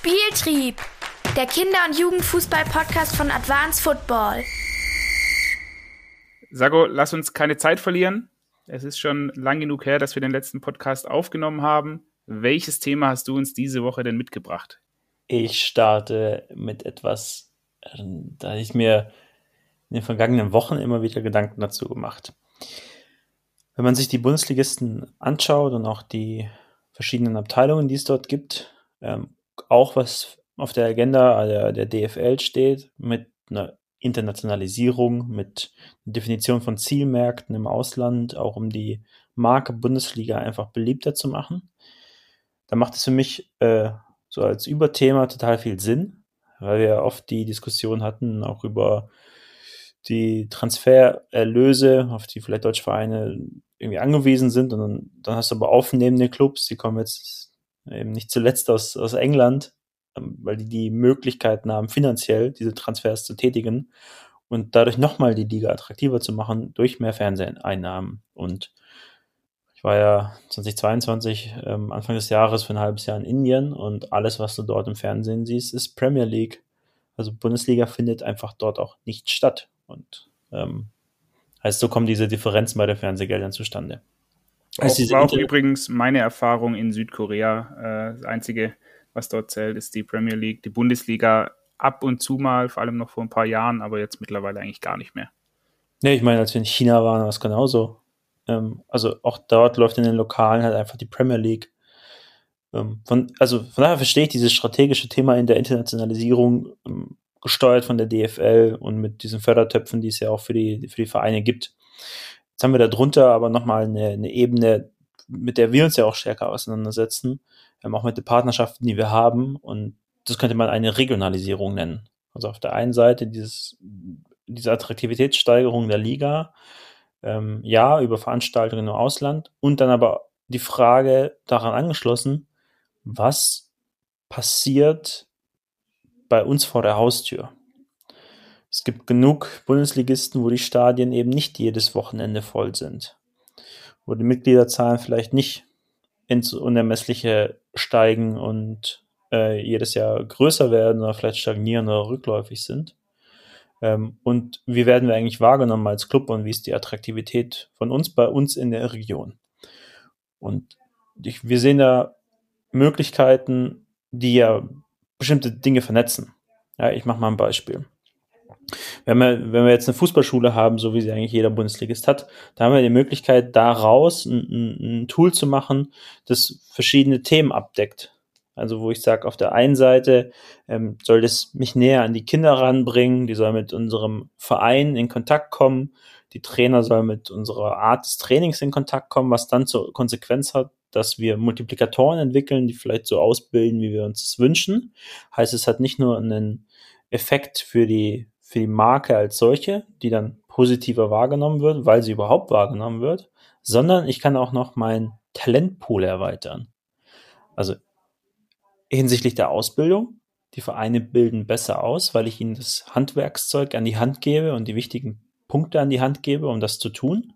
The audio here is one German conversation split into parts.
Spieltrieb, der Kinder- und Jugendfußball-Podcast von Advanced Football. Sago, lass uns keine Zeit verlieren. Es ist schon lang genug her, dass wir den letzten Podcast aufgenommen haben. Welches Thema hast du uns diese Woche denn mitgebracht? Ich starte mit etwas, da ich mir in den vergangenen Wochen immer wieder Gedanken dazu gemacht. Wenn man sich die Bundesligisten anschaut und auch die verschiedenen Abteilungen, die es dort gibt, auch was auf der Agenda der DFL steht, mit einer Internationalisierung, mit einer Definition von Zielmärkten im Ausland, auch um die Marke Bundesliga einfach beliebter zu machen, da macht es für mich so als Überthema total viel Sinn, weil wir oft die Diskussion hatten, auch über die Transfererlöse, auf die vielleicht deutsche Vereine irgendwie angewiesen sind. Und dann hast du aber aufnehmende Clubs, die kommen jetzt eben nicht zuletzt aus England, weil die Möglichkeiten haben, finanziell diese Transfers zu tätigen und dadurch nochmal die Liga attraktiver zu machen durch mehr Fernseheinnahmen. Und ich war ja 2022 Anfang des Jahres für ein halbes Jahr in Indien und alles, was du dort im Fernsehen siehst, ist Premier League. Also Bundesliga findet einfach dort auch nicht statt. Und heißt, so kommen diese Differenzen bei den Fernsehgeldern zustande. Das war auch übrigens meine Erfahrung in Südkorea. Das Einzige, was dort zählt, ist die Premier League. Die Bundesliga ab und zu mal, vor allem noch vor ein paar Jahren, aber jetzt mittlerweile eigentlich gar nicht mehr. Nee, ich meine, als wir in China waren, war es genauso. Also auch dort läuft in den Lokalen halt einfach die Premier League. Von daher verstehe ich dieses strategische Thema in der Internationalisierung, gesteuert von der DFL und mit diesen Fördertöpfen, die es ja auch für die Vereine gibt. Jetzt haben wir da drunter aber nochmal eine Ebene, mit der wir uns ja auch stärker auseinandersetzen, auch mit den Partnerschaften, die wir haben, und das könnte man eine Regionalisierung nennen. Also auf der einen Seite diese Attraktivitätssteigerung der Liga, über Veranstaltungen im Ausland, und dann aber die Frage daran angeschlossen, was passiert bei uns vor der Haustür? Es gibt genug Bundesligisten, wo die Stadien eben nicht jedes Wochenende voll sind, wo die Mitgliederzahlen vielleicht nicht ins Unermessliche steigen und jedes Jahr größer werden oder vielleicht stagnieren oder rückläufig sind. Und wie werden wir eigentlich wahrgenommen als Club und wie ist die Attraktivität von uns bei uns in der Region? Und wir sehen da Möglichkeiten, die ja bestimmte Dinge vernetzen. Ja, ich mache mal ein Beispiel. Wenn wir jetzt eine Fußballschule haben, so wie sie eigentlich jeder Bundesligist hat, da haben wir die Möglichkeit, daraus ein Tool zu machen, das verschiedene Themen abdeckt. Also wo ich sage, auf der einen Seite soll das mich näher an die Kinder ranbringen, die soll mit unserem Verein in Kontakt kommen, die Trainer sollen mit unserer Art des Trainings in Kontakt kommen, was dann zur Konsequenz hat, dass wir Multiplikatoren entwickeln, die vielleicht so ausbilden, wie wir uns es wünschen. Heißt, es hat nicht nur einen Effekt für die Marke als solche, die dann positiver wahrgenommen wird, weil sie überhaupt wahrgenommen wird, sondern ich kann auch noch meinen Talentpool erweitern. Also hinsichtlich der Ausbildung, die Vereine bilden besser aus, weil ich ihnen das Handwerkszeug an die Hand gebe und die wichtigen Punkte an die Hand gebe, um das zu tun.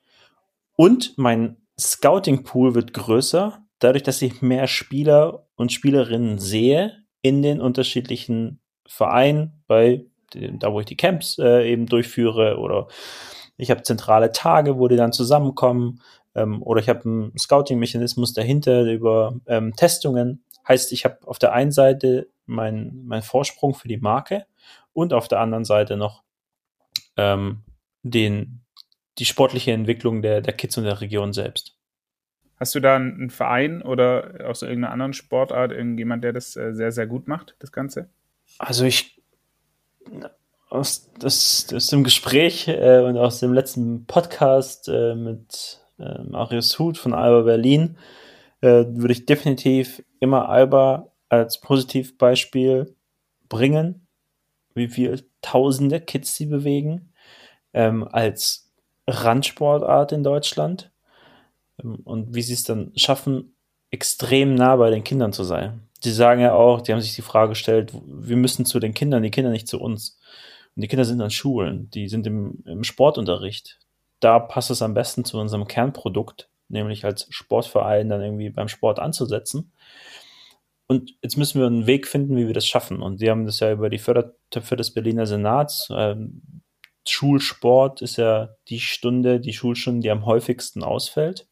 Und mein Scouting-Pool wird größer, dadurch, dass ich mehr Spieler und Spielerinnen sehe in den unterschiedlichen Vereinen, da wo ich die Camps eben durchführe, oder ich habe zentrale Tage, wo die dann zusammenkommen, oder ich habe einen Scouting-Mechanismus dahinter über Testungen. Heißt, ich habe auf der einen Seite mein Vorsprung für die Marke und auf der anderen Seite noch die sportliche Entwicklung der Kids und der Region selbst. Hast du da einen Verein oder aus irgendeiner anderen Sportart irgendjemand, der das sehr, sehr gut macht, das Ganze? Also aus dem Gespräch und aus dem letzten Podcast mit Marius Huth von Alba Berlin würde ich definitiv immer Alba als Positivbeispiel bringen, wie viele tausende Kids sie bewegen, als Randsportart in Deutschland, und wie sie es dann schaffen, extrem nah bei den Kindern zu sein. Sie sagen ja auch, die haben sich die Frage gestellt, wir müssen zu den Kindern, die Kinder nicht zu uns. Und die Kinder sind an Schulen, die sind im Sportunterricht. Da passt es am besten zu unserem Kernprodukt, nämlich als Sportverein dann irgendwie beim Sport anzusetzen. Und jetzt müssen wir einen Weg finden, wie wir das schaffen. Und wir haben das ja über die Fördertöpfe des Berliner Senats. Schulsport ist ja die Schulstunde, die am häufigsten ausfällt.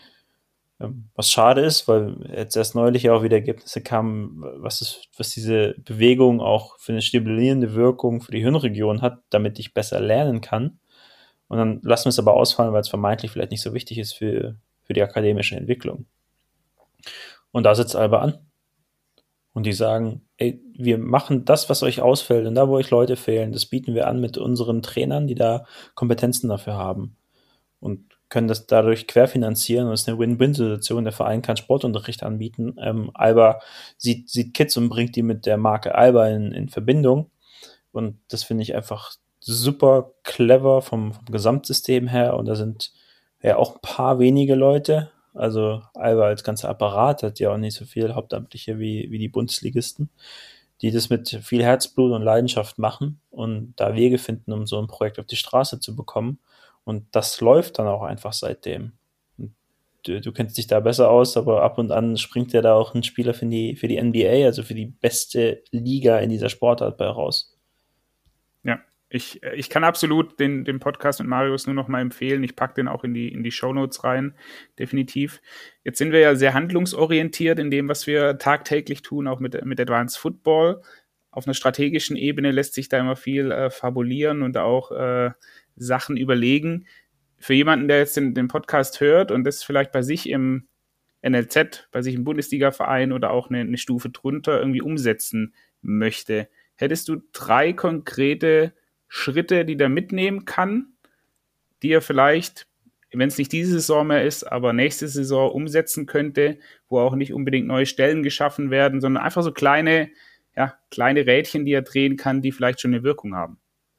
Was schade ist, weil jetzt erst neulich auch wieder Ergebnisse kamen, was diese Bewegung auch für eine stimulierende Wirkung für die Hirnregion hat, damit ich besser lernen kann. Und dann lassen wir es aber ausfallen, weil es vermeintlich vielleicht nicht so wichtig ist für die akademische Entwicklung. Und da sitzt Alba an. Und die sagen, ey, wir machen das, was euch ausfällt. Und da, wo euch Leute fehlen, das bieten wir an mit unseren Trainern, die da Kompetenzen dafür haben. Und können das dadurch querfinanzieren. Und es ist eine Win-Win-Situation. Der Verein kann Sportunterricht anbieten. Alba sieht Kids und bringt die mit der Marke Alba in Verbindung. Und das finde ich einfach super clever vom Gesamtsystem her. Und da sind ja auch ein paar wenige Leute. Also Alba als ganzer Apparat hat ja auch nicht so viel Hauptamtliche wie die Bundesligisten, die das mit viel Herzblut und Leidenschaft machen und da Wege finden, um so ein Projekt auf die Straße zu bekommen. Und das läuft dann auch einfach seitdem. Du kennst dich da besser aus, aber ab und an springt ja da auch ein Spieler für die NBA, also für die beste Liga in dieser Sportart bei raus. Ja, ich kann absolut den Podcast mit Marius nur noch mal empfehlen. Ich packe den auch in die Shownotes rein, definitiv. Jetzt sind wir ja sehr handlungsorientiert in dem, was wir tagtäglich tun, auch mit Advanced Football. Auf einer strategischen Ebene lässt sich da immer viel fabulieren und auch Sachen überlegen. Für jemanden, der jetzt den Podcast hört und das vielleicht bei sich im NLZ, bei sich im Bundesliga-Verein oder auch eine Stufe drunter irgendwie umsetzen möchte, hättest du 3 konkrete Schritte, die der mitnehmen kann, die er vielleicht, wenn es nicht diese Saison mehr ist, aber nächste Saison umsetzen könnte, wo auch nicht unbedingt neue Stellen geschaffen werden, sondern einfach so kleine Rädchen, die er drehen kann, die vielleicht schon eine Wirkung haben?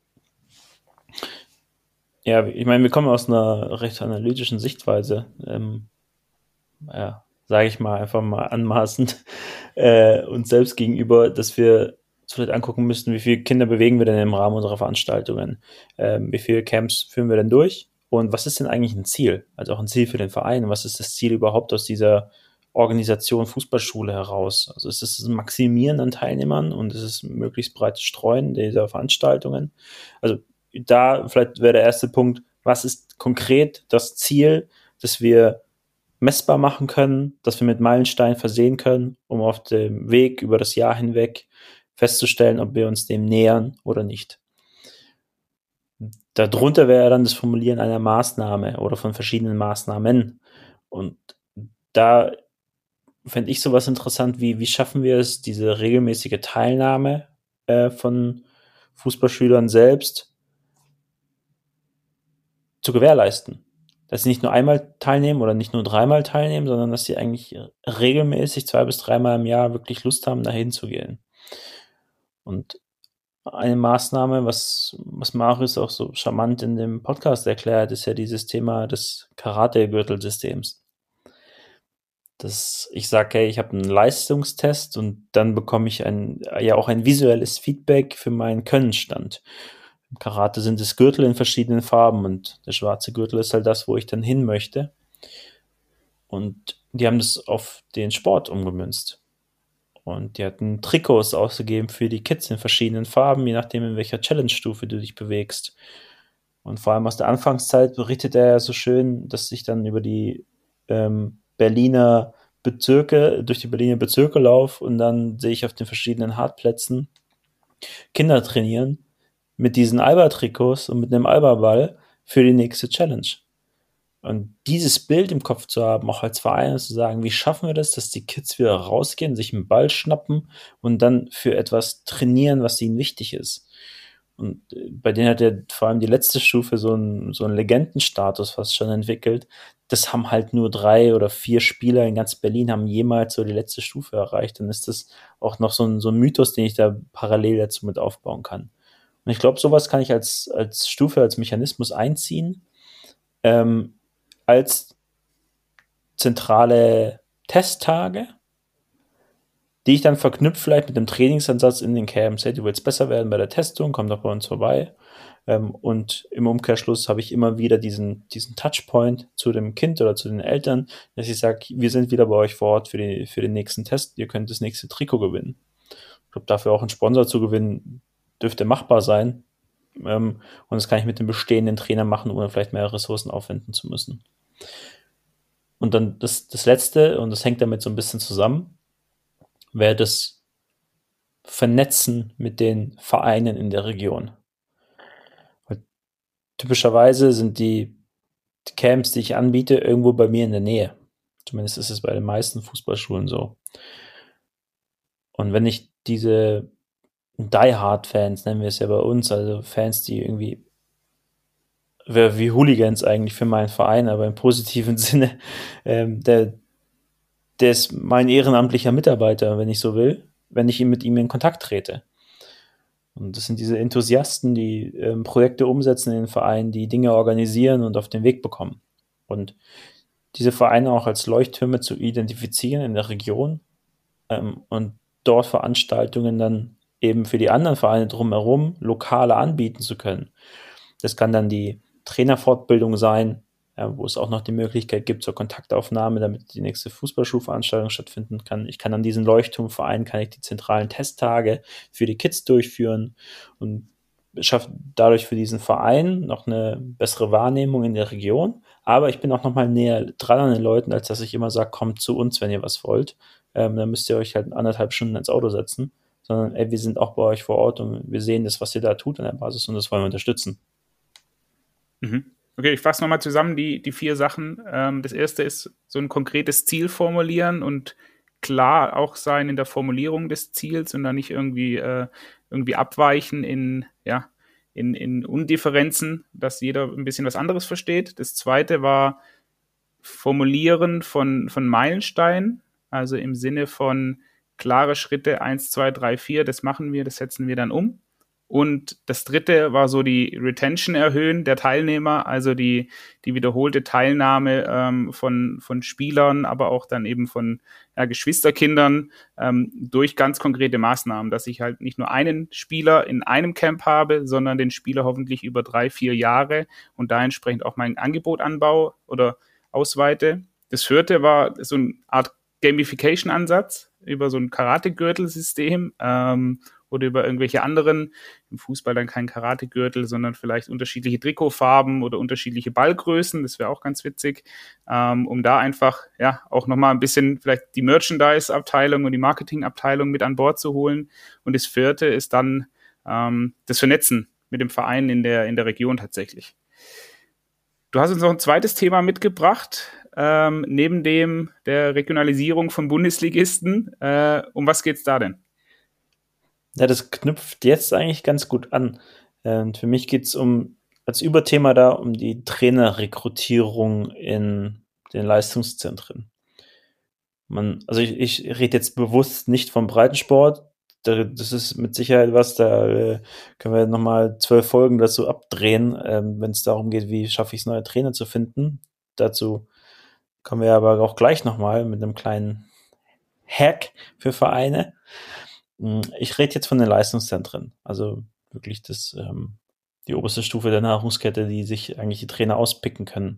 Ja, ich meine, wir kommen aus einer recht analytischen Sichtweise, sage ich mal, einfach mal anmaßend uns selbst gegenüber, dass wir vielleicht angucken müssten, wie viele Kinder bewegen wir denn im Rahmen unserer Veranstaltungen, wie viele Camps führen wir denn durch und was ist denn eigentlich ein Ziel, also auch ein Ziel für den Verein, was ist das Ziel überhaupt aus dieser Organisation Fußballschule heraus? Also ist es ein Maximieren an Teilnehmern und ist es möglichst breites Streuen dieser Veranstaltungen? Also da vielleicht wäre der erste Punkt, was ist konkret das Ziel, das wir messbar machen können, das wir mit Meilensteinen versehen können, um auf dem Weg über das Jahr hinweg festzustellen, ob wir uns dem nähern oder nicht. Darunter wäre dann das Formulieren einer Maßnahme oder von verschiedenen Maßnahmen. Und da fände ich sowas interessant, wie schaffen wir es, diese regelmäßige Teilnahme von Fußballschülern selbst zu gewährleisten. Dass sie nicht nur einmal teilnehmen oder nicht nur 3-mal teilnehmen, sondern dass sie eigentlich regelmäßig 2 bis 3-mal im Jahr wirklich Lust haben, dahin zu gehen. Und eine Maßnahme, was Marius auch so charmant in dem Podcast erklärt, ist ja dieses Thema des Karate-Gürtelsystems. Dass ich sage, hey, ich habe einen Leistungstest und dann bekomme ich auch ein visuelles Feedback für meinen Könnenstand. Im Karate sind es Gürtel in verschiedenen Farben und der schwarze Gürtel ist halt das, wo ich dann hin möchte. Und die haben das auf den Sport umgemünzt. Und die hatten Trikots ausgegeben für die Kids in verschiedenen Farben, je nachdem, in welcher Challenge-Stufe du dich bewegst. Und vor allem aus der Anfangszeit berichtet er ja so schön, dass sich dann über die Berliner Bezirke laufe und dann sehe ich auf den verschiedenen Hartplätzen Kinder trainieren mit diesen Alba-Trikots und mit einem Alba-Ball für die nächste Challenge. Und dieses Bild im Kopf zu haben, auch als Verein, zu sagen, wie schaffen wir das, dass die Kids wieder rausgehen, sich einen Ball schnappen und dann für etwas trainieren, was ihnen wichtig ist. Und bei denen hat ja vor allem die letzte Stufe so einen Legendenstatus fast schon entwickelt. Das haben halt nur 3 oder 4 Spieler in ganz Berlin haben jemals so die letzte Stufe erreicht. Dann ist das auch noch so ein Mythos, den ich da parallel dazu mit aufbauen kann. Und ich glaube, sowas kann ich als Stufe, als Mechanismus einziehen, als zentrale Testtage, die ich dann verknüpfe vielleicht mit dem Trainingsansatz in den Camps. Hey, du willst besser werden bei der Testung, komm doch bei uns vorbei. Und im Umkehrschluss habe ich immer wieder diesen Touchpoint zu dem Kind oder zu den Eltern, dass ich sage, wir sind wieder bei euch vor Ort für den nächsten Test, ihr könnt das nächste Trikot gewinnen. Ich glaube, dafür auch einen Sponsor zu gewinnen, dürfte machbar sein. Und das kann ich mit dem bestehenden Trainer machen, ohne vielleicht mehr Ressourcen aufwenden zu müssen. Und dann das Letzte, und das hängt damit so ein bisschen zusammen, wäre das Vernetzen mit den Vereinen in der Region. Weil typischerweise sind die Camps, die ich anbiete, irgendwo bei mir in der Nähe. Zumindest ist es bei den meisten Fußballschulen so. Und wenn ich diese Die-Hard-Fans, nennen wir es ja bei uns, also Fans, die irgendwie wie Hooligans eigentlich für meinen Verein, aber im positiven Sinne, der ist mein ehrenamtlicher Mitarbeiter, wenn ich so will, wenn ich mit ihm in Kontakt trete. Und das sind diese Enthusiasten, die Projekte umsetzen in den Vereinen, die Dinge organisieren und auf den Weg bekommen. Und diese Vereine auch als Leuchttürme zu identifizieren in der Region und dort Veranstaltungen dann eben für die anderen Vereine drumherum lokale anbieten zu können. Das kann dann die Trainerfortbildung sein, wo es auch noch die Möglichkeit gibt zur Kontaktaufnahme, damit die nächste Fußballschulveranstaltung stattfinden kann. Ich kann an diesen Leuchtturmvereinen die zentralen Testtage für die Kids durchführen und schaffe dadurch für diesen Verein noch eine bessere Wahrnehmung in der Region. Aber ich bin auch noch mal näher dran an den Leuten, als dass ich immer sage, kommt zu uns, wenn ihr was wollt. Dann müsst ihr euch halt 1,5 Stunden ins Auto setzen, sondern wir sind auch bei euch vor Ort und wir sehen das, was ihr da tut an der Basis, und das wollen wir unterstützen. Okay, ich fasse nochmal zusammen die 4 Sachen. Das erste ist so ein konkretes Ziel formulieren und klar auch sein in der Formulierung des Ziels und dann nicht irgendwie abweichen in Undifferenzen, dass jeder ein bisschen was anderes versteht. Das zweite war Formulieren von Meilensteinen, also im Sinne von klare Schritte 1, 2, 3, 4, das machen wir, das setzen wir dann um. Und das dritte war so die Retention erhöhen der Teilnehmer, also die wiederholte Teilnahme von Spielern, aber auch dann eben von Geschwisterkindern durch ganz konkrete Maßnahmen, dass ich halt nicht nur einen Spieler in einem Camp habe, sondern den Spieler hoffentlich über 3, 4 Jahre und da entsprechend auch mein Angebot anbaue oder ausweite. Das vierte war so eine Art Gamification-Ansatz über so ein Karate-Gürtel-System, oder über irgendwelche anderen, im Fußball dann kein Karate-Gürtel, sondern vielleicht unterschiedliche Trikotfarben oder unterschiedliche Ballgrößen, das wäre auch ganz witzig, um da einfach auch nochmal ein bisschen vielleicht die Merchandise-Abteilung und die Marketing-Abteilung mit an Bord zu holen. Und das vierte ist dann das Vernetzen mit dem Verein in der Region tatsächlich. Du hast uns noch ein zweites Thema mitgebracht, neben der Regionalisierung von Bundesligisten. Um was geht's da denn? Ja, das knüpft jetzt eigentlich ganz gut an. Und für mich geht es als Überthema da um die Trainerrekrutierung in den Leistungszentren. Also ich rede jetzt bewusst nicht vom Breitensport. Das ist mit Sicherheit was, da können wir nochmal 12 Folgen dazu abdrehen, wenn es darum geht, wie schaffe ich es, neue Trainer zu finden. Dazu kommen wir aber auch gleich nochmal mit einem kleinen Hack für Vereine. Ich rede jetzt von den Leistungszentren, also wirklich die oberste Stufe der Nahrungskette, die sich eigentlich die Trainer auspicken können.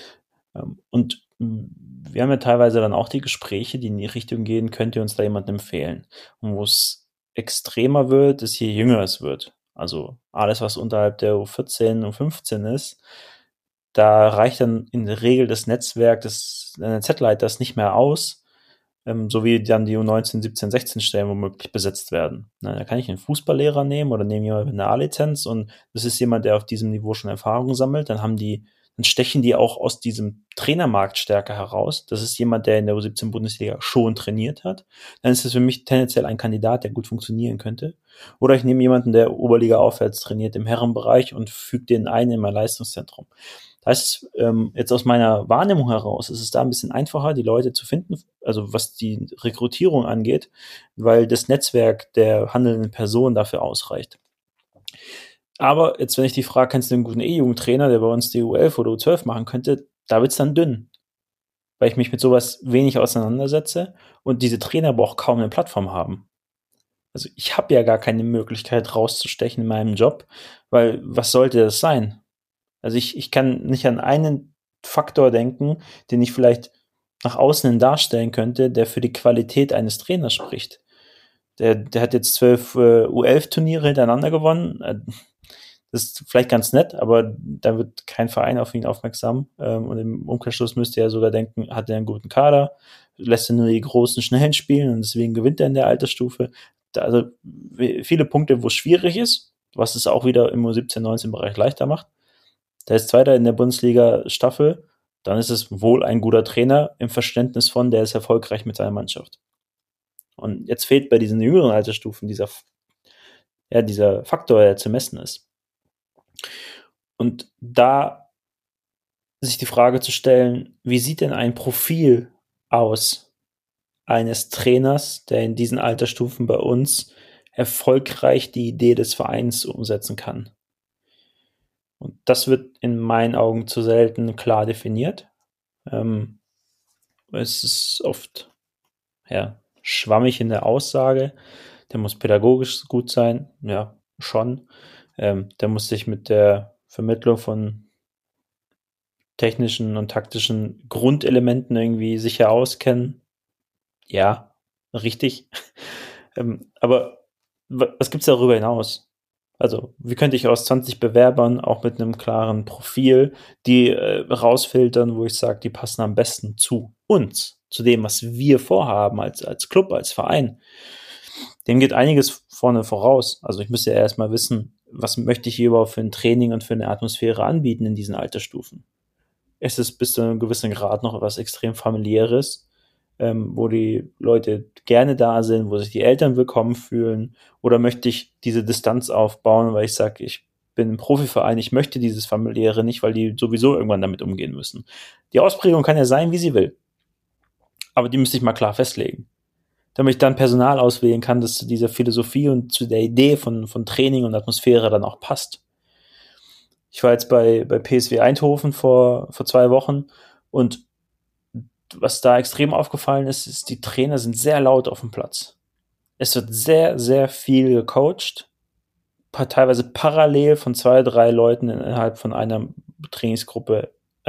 Und wir haben ja teilweise dann auch die Gespräche, die in die Richtung gehen, könnt ihr uns da jemanden empfehlen? Und wo es extremer wird, ist, je jünger es wird. Also alles, was unterhalb der U14 und 15 ist, da reicht dann in der Regel das Netzwerk des NLZ-Leiters nicht mehr aus, so wie dann die U19, 17, 16 Stellen womöglich besetzt werden. Da kann ich einen Fußballlehrer nehmen oder nehme jemanden mit einer A-Lizenz und das ist jemand, der auf diesem Niveau schon Erfahrung sammelt. Dann stechen die auch aus diesem Trainermarkt stärker heraus. Das ist jemand, der in der U17 Bundesliga schon trainiert hat. Dann ist es für mich tendenziell ein Kandidat, der gut funktionieren könnte. Oder ich nehme jemanden, der Oberliga aufwärts trainiert im Herrenbereich und füge den ein in mein Leistungszentrum. Das heißt, jetzt aus meiner Wahrnehmung heraus ist es da ein bisschen einfacher, die Leute zu finden, also was die Rekrutierung angeht, weil das Netzwerk der handelnden Person dafür ausreicht. Aber jetzt, wenn ich die frage, kennst du einen guten E-Jugendtrainer, der bei uns die U11 oder U12 machen könnte, da wird's dann dünn, weil ich mich mit sowas wenig auseinandersetze und diese Trainer aber auch kaum eine Plattform haben. Also ich habe ja gar keine Möglichkeit rauszustechen in meinem Job, weil was sollte das sein? Also ich kann nicht an einen Faktor denken, den ich vielleicht nach außen hin darstellen könnte, der für die Qualität eines Trainers spricht. Der hat jetzt 12 U11-Turniere hintereinander gewonnen. Das ist vielleicht ganz nett, aber da wird kein Verein auf ihn aufmerksam. Und im Umkehrschluss müsste er sogar denken, hat er einen guten Kader, lässt er nur die großen Schnellen spielen und deswegen gewinnt er in der Altersstufe. Also viele Punkte, wo es schwierig ist, was es auch wieder im U17-19-Bereich leichter macht. Der ist Zweiter in der Bundesliga-Staffel, dann ist es wohl ein guter Trainer im Verständnis von, der ist erfolgreich mit seiner Mannschaft. Und jetzt fehlt bei diesen jüngeren Altersstufen dieser Faktor, der zu messen ist. Und da sich die Frage zu stellen, wie sieht denn ein Profil aus eines Trainers, der in diesen Altersstufen bei uns erfolgreich die Idee des Vereins umsetzen kann? Und das wird in meinen Augen zu selten klar definiert. Es ist oft schwammig in der Aussage. Der muss pädagogisch gut sein, ja, schon. Der muss sich mit der Vermittlung von technischen und taktischen Grundelementen irgendwie sicher auskennen. Ja, richtig. Aber was gibt's darüber hinaus? Also, wie könnte ich aus 20 Bewerbern auch mit einem klaren Profil die rausfiltern, wo ich sage, die passen am besten zu uns, zu dem, was wir vorhaben als Club, als Verein. Dem geht einiges vorne voraus. Also ich müsste ja erstmal wissen, was möchte ich hier überhaupt für ein Training und für eine Atmosphäre anbieten in diesen Altersstufen. Es ist bis zu einem gewissen Grad noch etwas extrem Familiäres, wo die Leute gerne da sind, wo sich die Eltern willkommen fühlen, oder möchte ich diese Distanz aufbauen, weil ich sage, ich bin ein Profiverein, ich möchte dieses Familiäre nicht, weil die sowieso irgendwann damit umgehen müssen. Die Ausprägung kann ja sein, wie sie will. Aber die müsste ich mal klar festlegen. Damit ich dann Personal auswählen kann, das zu dieser Philosophie und zu der Idee von Training und Atmosphäre dann auch passt. Ich war jetzt bei PSV Eindhoven vor 2 Wochen und was da extrem aufgefallen ist, die Trainer sind sehr laut auf dem Platz. Es wird sehr, sehr viel gecoacht, teilweise parallel von 2, 3 Leuten innerhalb von einer Trainingsgruppe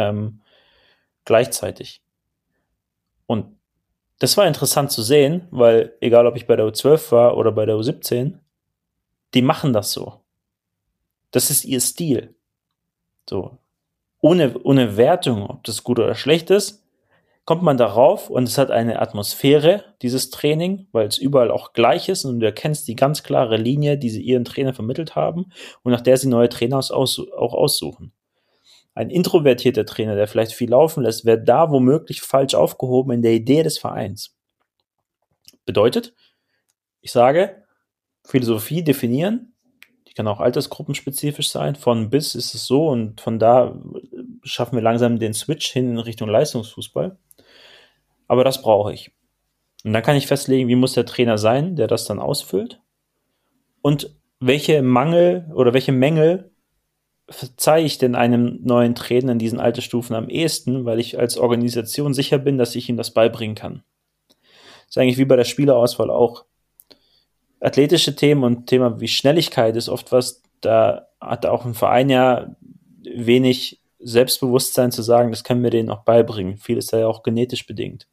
gleichzeitig. Und das war interessant zu sehen, weil egal, ob ich bei der U12 war oder bei der U17, die machen das so. Das ist ihr Stil. So. Ohne Wertung, ob das gut oder schlecht ist, kommt man darauf und es hat eine Atmosphäre, dieses Training, weil es überall auch gleich ist und du erkennst die ganz klare Linie, die sie ihren Trainer vermittelt haben und nach der sie neue Trainer auch aussuchen. Ein introvertierter Trainer, der vielleicht viel laufen lässt, wird da womöglich falsch aufgehoben in der Idee des Vereins. Bedeutet, ich sage, Philosophie definieren, die kann auch altersgruppenspezifisch sein, von bis ist es so und von da schaffen wir langsam den Switch hin in Richtung Leistungsfußball. Aber das brauche ich. Und dann kann ich festlegen, wie muss der Trainer sein, der das dann ausfüllt und welche Mängel verzeihe ich denn einem neuen Trainer in diesen Altersstufen am ehesten, weil ich als Organisation sicher bin, dass ich ihm das beibringen kann. Das ist eigentlich wie bei der Spielerauswahl auch. Athletische Themen und Thema wie Schnelligkeit ist oft was, da hat auch ein Verein ja wenig Selbstbewusstsein zu sagen, das können wir denen auch beibringen. Viel ist da ja auch genetisch bedingt.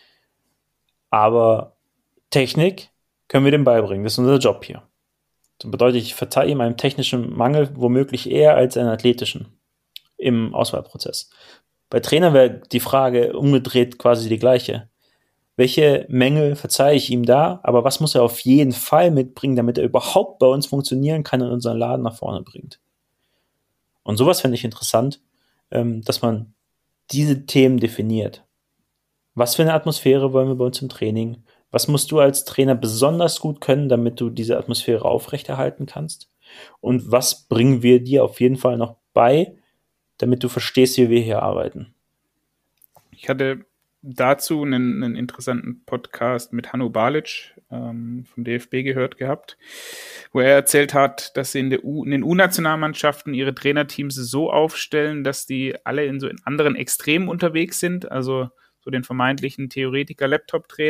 Aber Technik können wir dem beibringen. Das ist unser Job hier. Das bedeutet, ich verzeihe ihm einen technischen Mangel womöglich eher als einen athletischen im Auswahlprozess. Bei Trainern wäre die Frage umgedreht quasi die gleiche. Welche Mängel verzeihe ich ihm da, aber was muss er auf jeden Fall mitbringen, damit er überhaupt bei uns funktionieren kann und unseren Laden nach vorne bringt? Und sowas finde ich interessant, dass man diese Themen definiert. Was für eine Atmosphäre wollen wir bei uns im Training? Was musst du als Trainer besonders gut können, damit du diese Atmosphäre aufrechterhalten kannst? Und was bringen wir dir auf jeden Fall noch bei, damit du verstehst, wie wir hier arbeiten? Ich dazu einen interessanten Podcast mit Hanno Balic vom DFB gehört gehabt, wo er erzählt hat, dass sie in den U-Nationalmannschaften ihre Trainerteams so aufstellen, dass die alle in anderen Extremen unterwegs sind, also so den vermeintlichen Theoretiker-Laptop-Trainer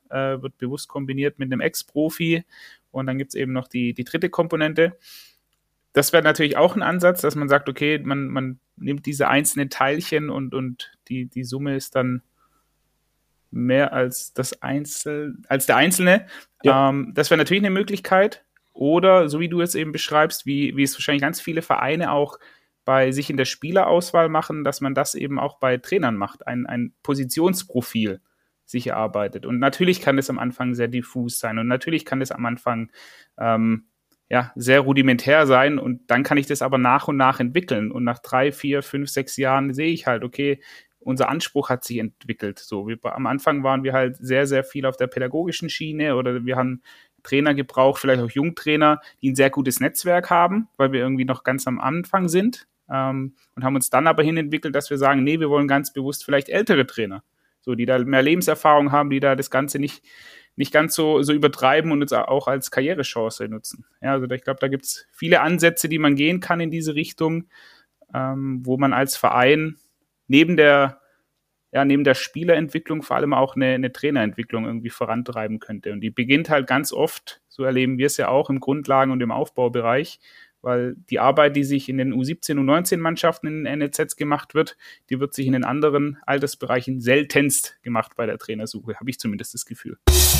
wird bewusst kombiniert mit einem Ex-Profi und dann gibt es eben noch die dritte Komponente. Das wäre natürlich auch ein Ansatz, dass man sagt, okay, man nimmt diese einzelnen Teilchen und die Summe ist dann mehr als der Einzelne. Ja. Das wäre natürlich eine Möglichkeit. Oder, so wie du es eben beschreibst, wie es wahrscheinlich ganz viele Vereine auch bei sich in der Spielerauswahl machen, dass man das eben auch bei Trainern macht, ein Positionsprofil sich erarbeitet. Und natürlich kann das am Anfang sehr diffus sein und natürlich kann das am Anfang sehr rudimentär sein und dann kann ich das aber nach und nach entwickeln. Und nach 3, 4, 5, 6 Jahren sehe ich halt, okay, unser Anspruch hat sich entwickelt. So, am Anfang waren wir halt sehr, sehr viel auf der pädagogischen Schiene oder wir haben Trainer gebraucht, vielleicht auch Jungtrainer, die ein sehr gutes Netzwerk haben, weil wir irgendwie noch ganz am Anfang sind und haben uns dann aber hin entwickelt, dass wir sagen, nee, wir wollen ganz bewusst vielleicht ältere Trainer, so die da mehr Lebenserfahrung haben, die da das Ganze nicht ganz so übertreiben und uns auch als Karrierechance nutzen. Ja, also ich glaube, da gibt es viele Ansätze, die man gehen kann in diese Richtung, wo man als Verein neben der Spielerentwicklung vor allem auch eine Trainerentwicklung irgendwie vorantreiben könnte. Und die beginnt halt ganz oft, so erleben wir es ja auch im Grundlagen- und im Aufbaubereich, weil die Arbeit, die sich in den U17, U19-Mannschaften in den NLZs gemacht wird, die wird sich in den anderen Altersbereichen seltenst gemacht bei der Trainersuche, habe ich zumindest das Gefühl.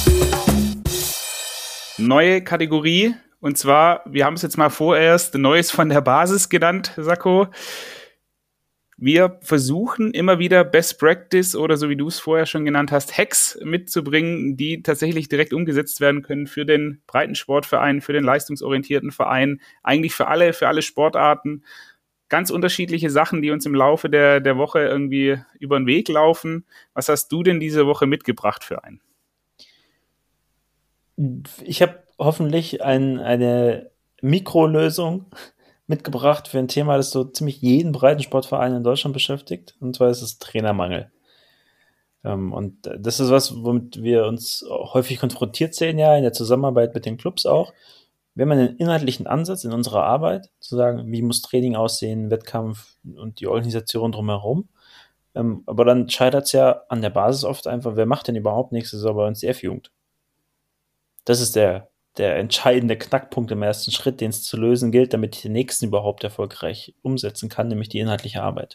Neue Kategorie, und zwar, wir haben es jetzt mal vorerst Neues von der Basis genannt, Sacco. Wir versuchen immer wieder Best Practice oder so wie du es vorher schon genannt hast, Hacks mitzubringen, die tatsächlich direkt umgesetzt werden können für den Breitensportverein, für den leistungsorientierten Verein, eigentlich für alle Sportarten. Ganz unterschiedliche Sachen, die uns im Laufe der Woche irgendwie über den Weg laufen. Was hast du denn diese Woche mitgebracht für einen? Ich habe hoffentlich eine Mikrolösung mitgebracht für ein Thema, das so ziemlich jeden Breitensportverein in Deutschland beschäftigt. Und zwar ist es Trainermangel. Und das ist was, womit wir uns häufig konfrontiert sehen, ja, in der Zusammenarbeit mit den Clubs auch. Wir haben einen inhaltlichen Ansatz in unserer Arbeit, zu sagen, wie muss Training aussehen, Wettkampf und die Organisation drumherum. Aber dann scheitert es ja an der Basis oft einfach, wer macht denn überhaupt nächste Saison bei uns die F-Jugend? Das ist der entscheidende Knackpunkt im ersten Schritt, den es zu lösen gilt, damit ich den nächsten überhaupt erfolgreich umsetzen kann, nämlich die inhaltliche Arbeit.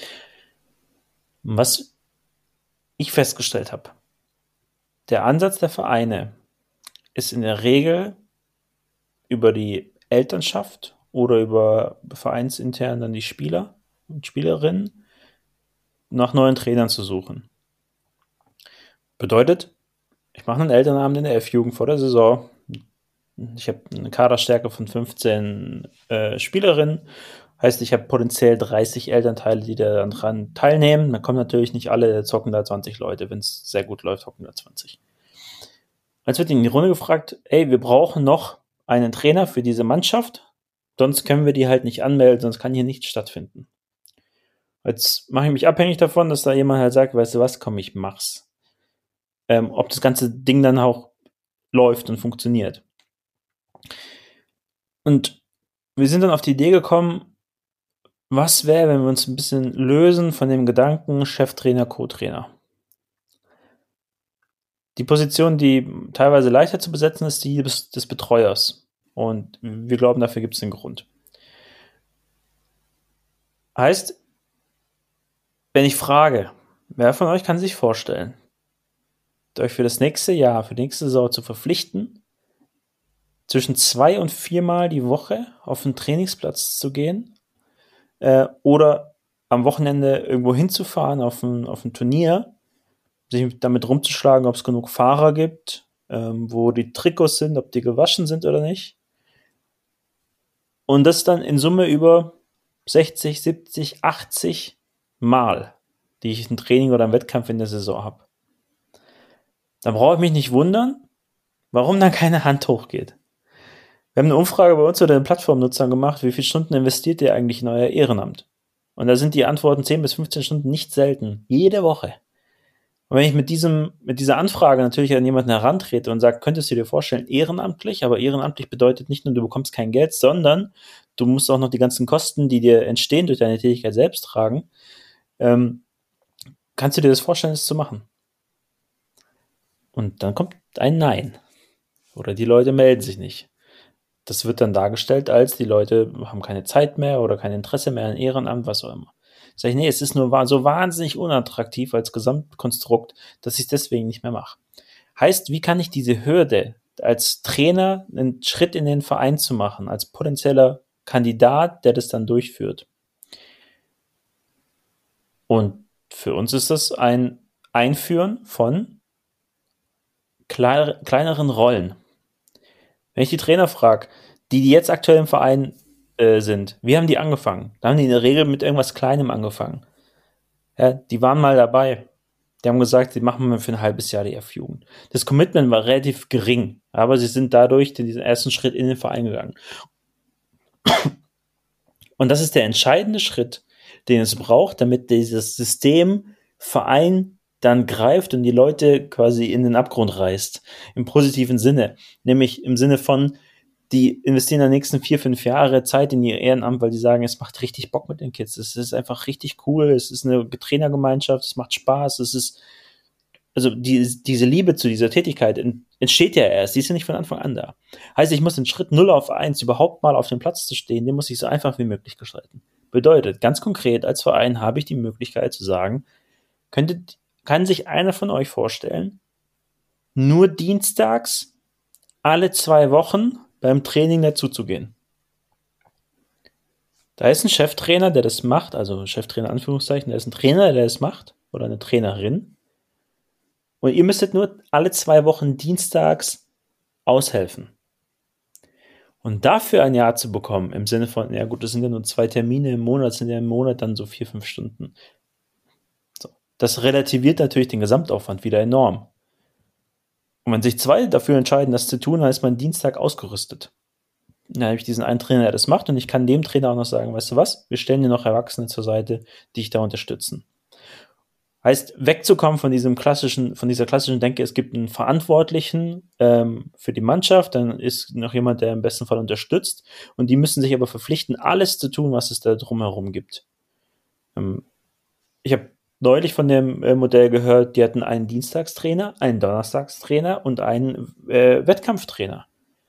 Was ich festgestellt habe, der Ansatz der Vereine ist in der Regel über die Elternschaft oder über vereinsintern dann die Spieler und Spielerinnen nach neuen Trainern zu suchen. Bedeutet, ich mache einen Elternabend in der F-Jugend vor der Saison. Ich habe eine Kaderstärke von 15 Spielerinnen. Heißt, ich habe potenziell 30 Elternteile, die da dran teilnehmen. Da kommen natürlich nicht alle, zocken da 20 Leute. Wenn es sehr gut läuft, hocken da 20. Jetzt wird in die Runde gefragt, wir brauchen noch einen Trainer für diese Mannschaft. Sonst können wir die halt nicht anmelden, sonst kann hier nichts stattfinden. Jetzt mache ich mich abhängig davon, dass da jemand halt sagt, weißt du was, komm, ich mach's. Ob das ganze Ding dann auch läuft und funktioniert. Und wir sind dann auf die Idee gekommen, was wäre, wenn wir uns ein bisschen lösen von dem Gedanken Cheftrainer, Co-Trainer. Die Position, die teilweise leichter zu besetzen ist, die des Betreuers. Und wir glauben, dafür gibt es einen Grund. Heißt, wenn ich frage, wer von euch kann sich vorstellen, euch für das nächste Jahr, für die nächste Saison zu verpflichten, zwischen 2 und 4 Mal die Woche auf einen Trainingsplatz zu gehen oder am Wochenende irgendwo hinzufahren auf ein Turnier, sich damit rumzuschlagen, ob es genug Fahrer gibt, wo die Trikots sind, ob die gewaschen sind oder nicht. Und das dann in Summe über 60, 70, 80 Mal, die ich ein Training oder einen Wettkampf in der Saison habe. Dann brauche ich mich nicht wundern, warum dann keine Hand hochgeht. Wir haben eine Umfrage bei uns oder den Plattformnutzern gemacht, wie viele Stunden investiert ihr eigentlich in euer Ehrenamt? Und da sind die Antworten 10 bis 15 Stunden nicht selten. Jede Woche. Und wenn ich mit dieser Anfrage natürlich an jemanden herantrete und sage, könntest du dir vorstellen, ehrenamtlich, aber ehrenamtlich bedeutet nicht nur, du bekommst kein Geld, sondern du musst auch noch die ganzen Kosten, die dir entstehen durch deine Tätigkeit selbst tragen. Kannst du dir das vorstellen, das zu machen? Und dann kommt ein Nein. Oder die Leute melden sich nicht. Das wird dann dargestellt als, die Leute haben keine Zeit mehr oder kein Interesse mehr an Ehrenamt, was auch immer. Sag ich, nee, es ist nur so wahnsinnig unattraktiv als Gesamtkonstrukt, dass ich es deswegen nicht mehr mache. Heißt, wie kann ich diese Hürde als Trainer einen Schritt in den Verein zu machen, als potenzieller Kandidat, der das dann durchführt? Und für uns ist das ein Einführen von kleineren Rollen. Wenn ich die Trainer frage, die jetzt aktuell im Verein sind, wie haben die angefangen? Da haben die in der Regel mit irgendwas Kleinem angefangen. Ja, die waren mal dabei. Die haben gesagt, sie machen wir für ein halbes Jahr die F-Jugend. Das Commitment war relativ gering, aber sie sind dadurch diesen ersten Schritt in den Verein gegangen. Und das ist der entscheidende Schritt, den es braucht, damit dieses System Verein dann greift und die Leute quasi in den Abgrund reißt. Im positiven Sinne. Nämlich im Sinne von, die investieren in den nächsten 4-5 Jahre Zeit in ihr Ehrenamt, weil die sagen, es macht richtig Bock mit den Kids. Es ist einfach richtig cool. Es ist eine Trainergemeinschaft. Es macht Spaß. Es ist, also diese Liebe zu dieser Tätigkeit entsteht ja erst. Die ist ja nicht von Anfang an da. Heißt, ich muss den Schritt 0 auf 1 überhaupt mal auf dem Platz zu stehen, den muss ich so einfach wie möglich gestalten. Bedeutet, ganz konkret, als Verein habe ich die Möglichkeit zu sagen, kann sich einer von euch vorstellen, nur dienstags alle 2 Wochen beim Training dazuzugehen. Da ist ein Cheftrainer, der das macht, also Cheftrainer Anführungszeichen, da ist ein Trainer, der das macht, oder eine Trainerin. Und ihr müsstet nur alle 2 Wochen dienstags aushelfen. Und dafür ein Jahr zu bekommen, im Sinne von, ja gut, das sind ja nur 2 Termine im Monat, das sind ja im Monat dann so 4-5 Stunden. So. Das relativiert natürlich den Gesamtaufwand wieder enorm. Und wenn sich 2 dafür entscheiden, das zu tun, dann ist man Dienstag ausgerüstet. Dann habe ich diesen einen Trainer, der das macht, und ich kann dem Trainer auch noch sagen, weißt du was, wir stellen dir noch Erwachsene zur Seite, die dich da unterstützen. Heißt, wegzukommen von dieser klassischen Denke, es gibt einen Verantwortlichen für die Mannschaft, dann ist noch jemand, der im besten Fall unterstützt, und die müssen sich aber verpflichten, alles zu tun, was es da drumherum gibt. Ich habe neulich von dem Modell gehört, die hatten einen Dienstagstrainer, einen Donnerstagstrainer und einen Wettkampftrainer.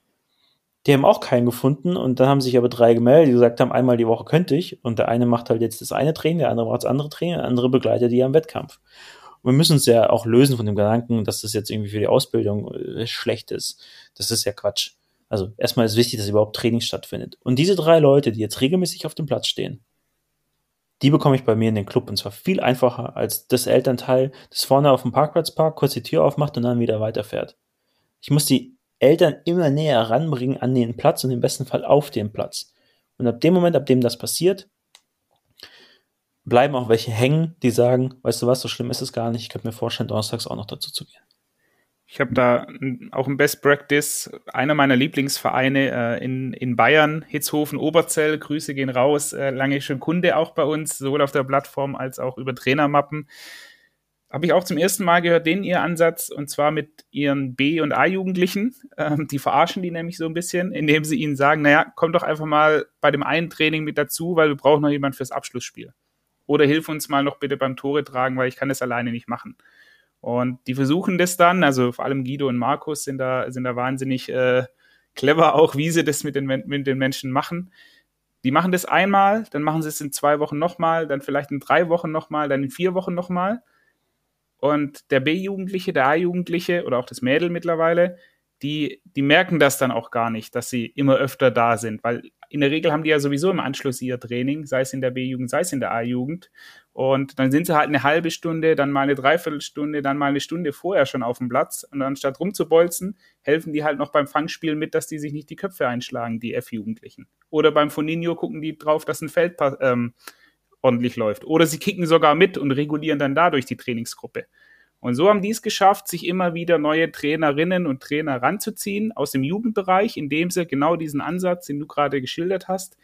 Die haben auch keinen gefunden, und dann haben sich aber 3 gemeldet, die gesagt haben, einmal die Woche könnte ich, und der eine macht halt jetzt das eine Training, der andere macht das andere Training, der andere begleitet die am Wettkampf. Und wir müssen uns ja auch lösen von dem Gedanken, dass das jetzt irgendwie für die Ausbildung schlecht ist. Das ist ja Quatsch. Also erstmal ist wichtig, dass überhaupt Training stattfindet. Und diese 3 Leute, die jetzt regelmäßig auf dem Platz stehen, die bekomme ich bei mir in den Club, und zwar viel einfacher als das Elternteil, das vorne auf dem Parkplatz parkt, kurz die Tür aufmacht und dann wieder weiterfährt. Ich muss die Eltern immer näher ranbringen an den Platz und im besten Fall auf den Platz. Und ab dem Moment, ab dem das passiert, bleiben auch welche hängen, die sagen, weißt du was, so schlimm ist es gar nicht, ich könnte mir vorstellen, donnerstags auch noch dazu zu gehen. Ich habe da auch ein Best Practice, einer meiner Lieblingsvereine in Bayern, Hitzhofen-Oberzell, Grüße gehen raus, lange schon Kunde auch bei uns, sowohl auf der Plattform als auch über Trainermappen. Habe ich auch zum ersten Mal gehört, ihr Ansatz, und zwar mit ihren B- und A-Jugendlichen. Die verarschen die nämlich so ein bisschen, indem sie ihnen sagen, naja, komm doch einfach mal bei dem einen Training mit dazu, weil wir brauchen noch jemanden fürs Abschlussspiel. Oder hilf uns mal noch bitte beim Tore tragen, weil ich kann das alleine nicht machen. Und die versuchen das dann, also vor allem Guido und Markus sind da wahnsinnig clever auch, wie sie das mit den Menschen machen. Die machen das einmal, dann machen sie es in 2 Wochen nochmal, dann vielleicht in 3 Wochen nochmal, dann in 4 Wochen nochmal. Und der B-Jugendliche, der A-Jugendliche oder auch das Mädel mittlerweile, die merken das dann auch gar nicht, dass sie immer öfter da sind, weil in der Regel haben die ja sowieso im Anschluss ihr Training, sei es in der B-Jugend, sei es in der A-Jugend, und dann sind sie halt eine halbe Stunde, dann mal eine Dreiviertelstunde, dann mal eine Stunde vorher schon auf dem Platz, und anstatt rumzubolzen, helfen die halt noch beim Fangspiel mit, dass die sich nicht die Köpfe einschlagen, die F-Jugendlichen. Oder beim Foninho gucken die drauf, dass ein Feld ordentlich läuft. Oder sie kicken sogar mit und regulieren dann dadurch die Trainingsgruppe. Und so haben die es geschafft, sich immer wieder neue Trainerinnen und Trainer ranzuziehen aus dem Jugendbereich, indem sie genau diesen Ansatz, den du gerade geschildert hast,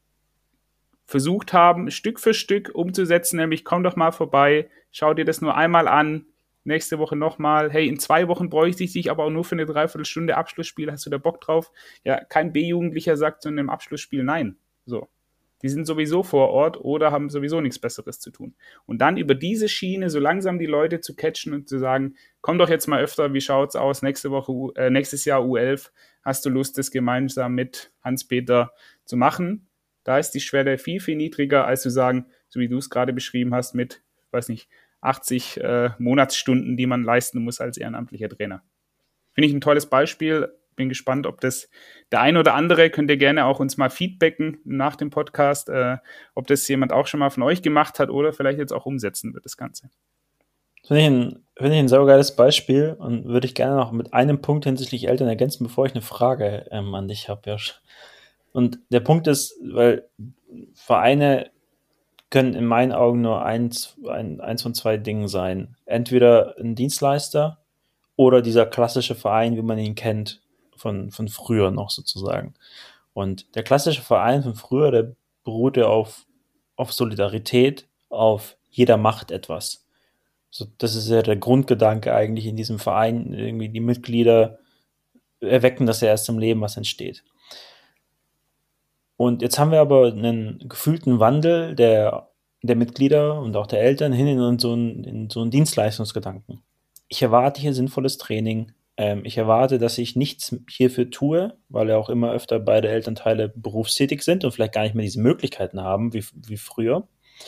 versucht haben, Stück für Stück umzusetzen, nämlich komm doch mal vorbei, schau dir das nur einmal an, nächste Woche nochmal, hey, in 2 Wochen bräuchte ich dich aber auch nur für eine Dreiviertelstunde Abschlussspiel, hast du da Bock drauf? Ja, kein B-Jugendlicher sagt zu einem Abschlussspiel nein. So. Die sind sowieso vor Ort oder haben sowieso nichts Besseres zu tun. Und dann über diese Schiene so langsam die Leute zu catchen und zu sagen, komm doch jetzt mal öfter, wie schaut's aus, nächstes Jahr U11, hast du Lust, das gemeinsam mit Hans-Peter zu machen? Da ist die Schwelle viel, viel niedriger, als zu sagen, so wie du es gerade beschrieben hast, mit, weiß nicht, 80 Monatsstunden, die man leisten muss als ehrenamtlicher Trainer. Finde ich ein tolles Beispiel. Bin gespannt, ob das der eine oder andere, könnt ihr gerne auch uns mal feedbacken nach dem Podcast, ob das jemand auch schon mal von euch gemacht hat oder vielleicht jetzt auch umsetzen wird, das Ganze. Finde ich ein saugeiles Beispiel und würde ich gerne noch mit einem Punkt hinsichtlich Eltern ergänzen, bevor ich eine Frage an dich habe, Josh. Und der Punkt ist, weil Vereine können in meinen Augen nur eins von zwei Dingen sein. Entweder ein Dienstleister oder dieser klassische Verein, wie man ihn kennt, von früher noch sozusagen. Und der klassische Verein von früher, der beruhte auf Solidarität, auf jeder macht etwas. So, das ist ja der Grundgedanke eigentlich in diesem Verein, irgendwie die Mitglieder erwecken das ja erst im Leben, was entsteht. Und jetzt haben wir aber einen gefühlten Wandel der Mitglieder und auch der Eltern hin in so einen Dienstleistungsgedanken. Ich erwarte hier sinnvolles Training. Ich erwarte, dass ich nichts hierfür tue, weil ja auch immer öfter beide Elternteile berufstätig sind und vielleicht gar nicht mehr diese Möglichkeiten haben wie früher.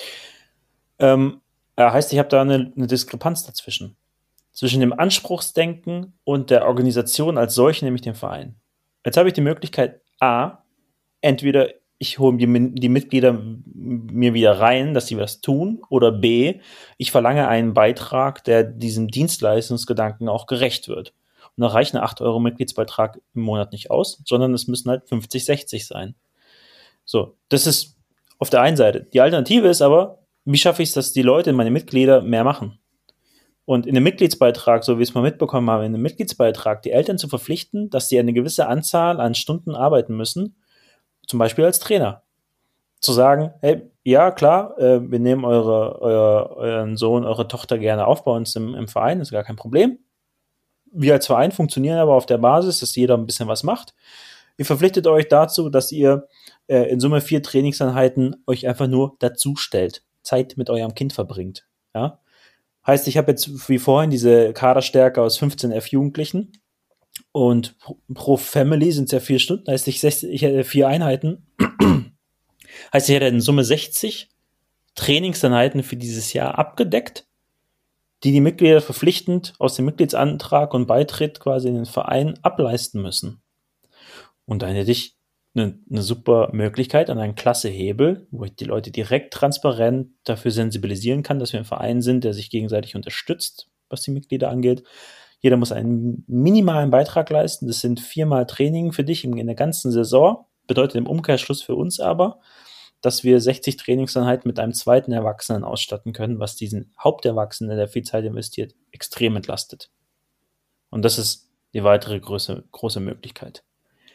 Heißt, ich habe da eine Diskrepanz dazwischen. Zwischen dem Anspruchsdenken und der Organisation als solche, nämlich dem Verein. Jetzt habe ich die Möglichkeit, entweder ich hole die Mitglieder mir wieder rein, dass sie was tun, oder B, ich verlange einen Beitrag, der diesem Dienstleistungsgedanken auch gerecht wird. Und da reicht ein 8 € Mitgliedsbeitrag im Monat nicht aus, sondern es müssen halt 50, 60 sein. So, das ist auf der einen Seite. Die Alternative ist aber, wie schaffe ich es, dass die Leute, meine Mitglieder, mehr machen? Und in dem Mitgliedsbeitrag, so wie ich es mal mitbekommen habe, in dem Mitgliedsbeitrag die Eltern zu verpflichten, dass sie eine gewisse Anzahl an Stunden arbeiten müssen, zum Beispiel als Trainer. Zu sagen, hey, ja klar, wir nehmen euren Sohn, eure Tochter gerne auf bei uns im Verein, ist gar kein Problem. Wir als Verein funktionieren aber auf der Basis, dass jeder ein bisschen was macht. Ihr verpflichtet euch dazu, dass ihr in Summe 4 Trainingseinheiten euch einfach nur dazu stellt, Zeit mit eurem Kind verbringt. Ja? Heißt, ich habe jetzt wie vorhin diese Kaderstärke aus 15 F-Jugendlichen und pro Family sind es ja 4 Stunden, heißt, ich hätte 4 Einheiten. Heißt, ich hätte in Summe 60 Trainingseinheiten für dieses Jahr abgedeckt, die Mitglieder verpflichtend aus dem Mitgliedsantrag und Beitritt quasi in den Verein ableisten müssen. Und dann hätte ich eine super Möglichkeit an einen klasse Hebel, wo ich die Leute direkt transparent dafür sensibilisieren kann, dass wir ein Verein sind, der sich gegenseitig unterstützt, was die Mitglieder angeht. Jeder muss einen minimalen Beitrag leisten. Das sind 4-mal Training für dich in der ganzen Saison. Bedeutet im Umkehrschluss für uns aber, dass wir 60 Trainingseinheiten mit einem zweiten Erwachsenen ausstatten können, was diesen Haupterwachsenen, der viel Zeit investiert, extrem entlastet. Und das ist die weitere große Möglichkeit.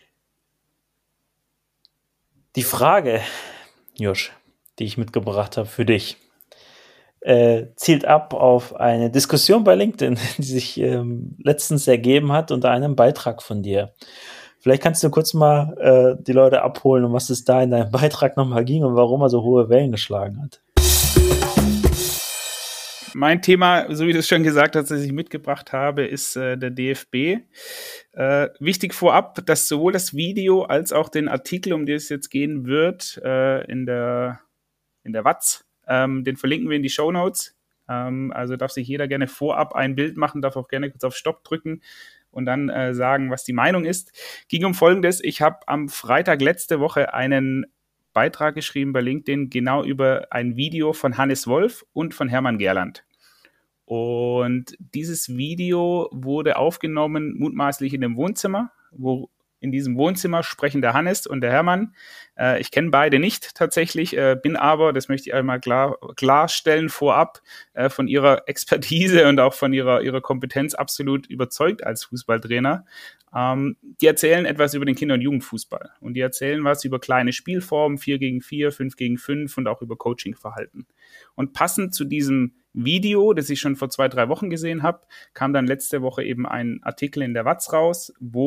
Die Frage, Josh, die ich mitgebracht habe für dich, zielt ab auf eine Diskussion bei LinkedIn, die sich letztens ergeben hat unter einem Beitrag von dir. Vielleicht kannst du kurz mal die Leute abholen, um was es da in deinem Beitrag nochmal ging und warum er so hohe Wellen geschlagen hat. Mein Thema, so wie du es schon gesagt hast, das ich mitgebracht habe, ist der DFB. Wichtig vorab, dass sowohl das Video als auch den Artikel, um den es jetzt gehen wird, in der Watz, den verlinken wir in die Shownotes. Also darf sich jeder gerne vorab ein Bild machen, darf auch gerne kurz auf Stopp drücken und dann sagen, was die Meinung ist. Ging um Folgendes: Ich habe am Freitag letzte Woche einen Beitrag geschrieben bei LinkedIn genau über ein Video von Hannes Wolf und von Hermann Gerland. Und dieses Video wurde aufgenommen mutmaßlich in dem Wohnzimmer, wo in diesem Wohnzimmer sprechen der Hannes und der Hermann. Ich kenne beide nicht tatsächlich, bin aber, das möchte ich einmal klarstellen vorab, von ihrer Expertise und auch von ihrer Kompetenz absolut überzeugt als Fußballtrainer. Die erzählen etwas über den Kinder- und Jugendfußball. Und die erzählen was über kleine Spielformen, 4 gegen 4, 5 gegen 5 und auch über Coachingverhalten. Und passend zu diesem Video, das ich schon vor 2-3 Wochen gesehen habe, kam dann letzte Woche eben ein Artikel in der Watz raus, wo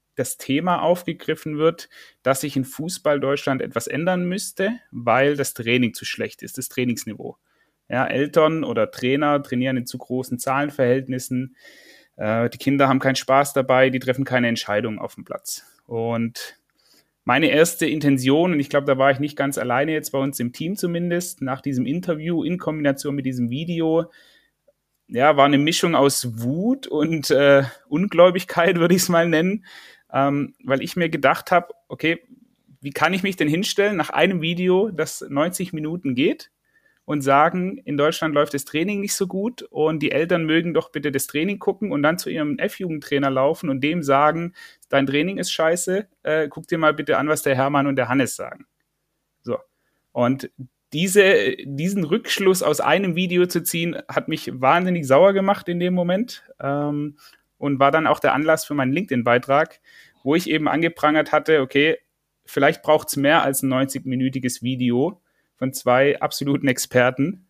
das Thema aufgegriffen wird, dass sich in Fußball Deutschland etwas ändern müsste, weil das Training zu schlecht ist, das Trainingsniveau. Ja, Eltern oder Trainer trainieren in zu großen Zahlenverhältnissen. Die Kinder haben keinen Spaß dabei, die treffen keine Entscheidungen auf dem Platz. Und meine erste Intention, und ich glaube, da war ich nicht ganz alleine jetzt bei uns im Team zumindest, nach diesem Interview in Kombination mit diesem Video, ja, war eine Mischung aus Wut und Ungläubigkeit, würde ich es mal nennen, weil ich mir gedacht habe, okay, wie kann ich mich denn hinstellen nach einem Video, das 90 Minuten geht, und sagen, in Deutschland läuft das Training nicht so gut und die Eltern mögen doch bitte das Training gucken und dann zu ihrem F-Jugendtrainer laufen und dem sagen, dein Training ist scheiße, guck dir mal bitte an, was der Hermann und der Hannes sagen. So. Und diesen Rückschluss aus einem Video zu ziehen, hat mich wahnsinnig sauer gemacht in dem Moment und war dann auch der Anlass für meinen LinkedIn-Beitrag, wo ich eben angeprangert hatte, okay, vielleicht braucht es mehr als ein 90-minütiges Video von 2 absoluten Experten.